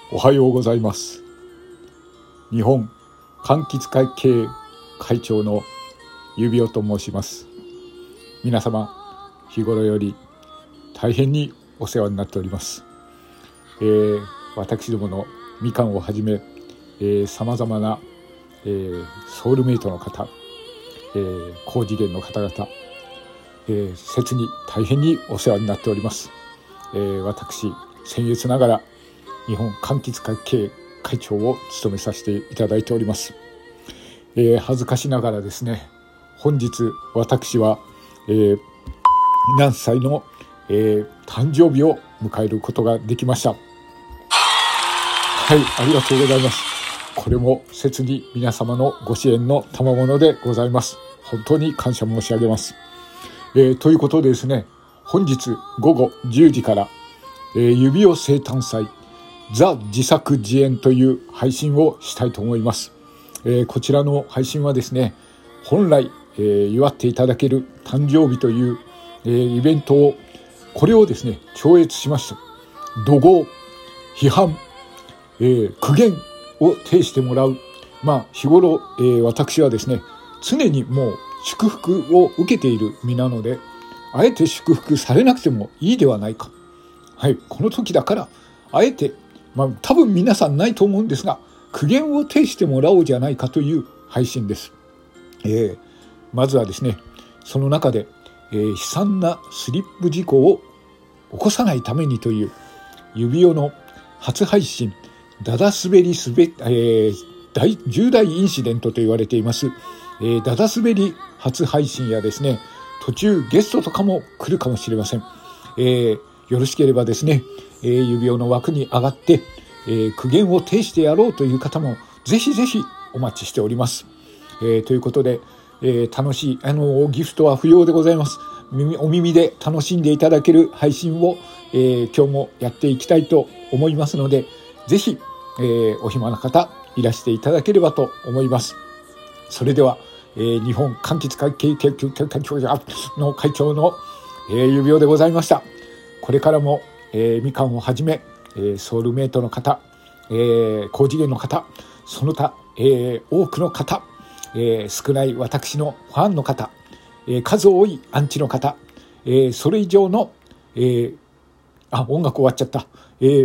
おはようございます。日本柑橘会系会長の指尾と申します。皆様日頃より大変にお世話になっております。私どものみかんをはじめさまざまな、ソウルメイトの方、高次元の方々、切に大変にお世話になっております。私僭越ながら日本柑橘会系会長を務めさせていただいております。恥ずかしながらですね、本日私は、何歳の、誕生日を迎えることができました。はい、ありがとうございます。これも切に皆様のご支援の賜物でございます。本当に感謝申し上げます。ということでですね、本日午後10時から、指尾生誕祭ザ・自作自演という配信をしたいと思います。こちらの配信はですね、本来、祝っていただける誕生日という、イベントをこれをですね超越しまして、怒号、批判、苦言を呈してもらう、日頃、私はですね常にもう祝福を受けている身なので、あえて祝福されなくてもいいではないか。はい、この時だからあえて、多分皆さんないと思うんですが、苦言を呈してもらおうじゃないかという配信です。まずはですね、その中で、悲惨なスリップ事故を起こさないためにという指尾の初配信ダダ滑り重大インシデントと言われています、ダダ滑り初配信やですね、途中ゲストとかも来るかもしれません。よろしければですね、指尾の枠に上がって、苦言を呈してやろうという方もぜひぜひお待ちしております。ということで、楽しいギフトは不要でございます。お耳で楽しんでいただける配信を、今日もやっていきたいと思いますので、ぜひ、お暇な方いらしていただければと思います。それでは、日本柑橘会系の会長の、指尾でございました。これからも、みかんをはじめ、ソウルメイトの方、高次元の方、その他、多くの方、少ない私のファンの方、数多いアンチの方、それ以上の、音楽終わっちゃった、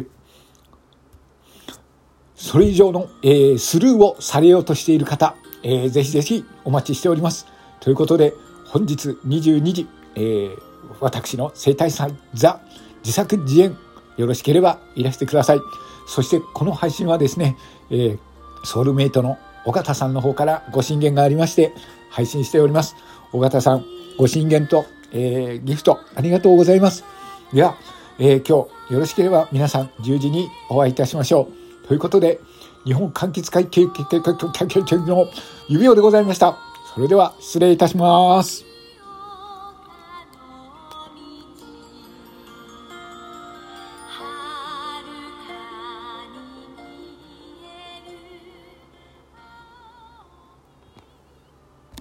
それ以上の、スルーをされようとしている方、ぜひぜひお待ちしております。ということで、本日22時、私の生誕祭ザ自作自演、よろしければいらしてください。そしてこの配信はですね、ソウルメイトの尾形さんの方からご進言がありまして配信しております。尾形さん、ご進言と、ギフトありがとうございます。では、今日よろしければ皆さん10時にお会いいたしましょう。ということで、日本柑橘会系の指尾でございました。それでは失礼いたします。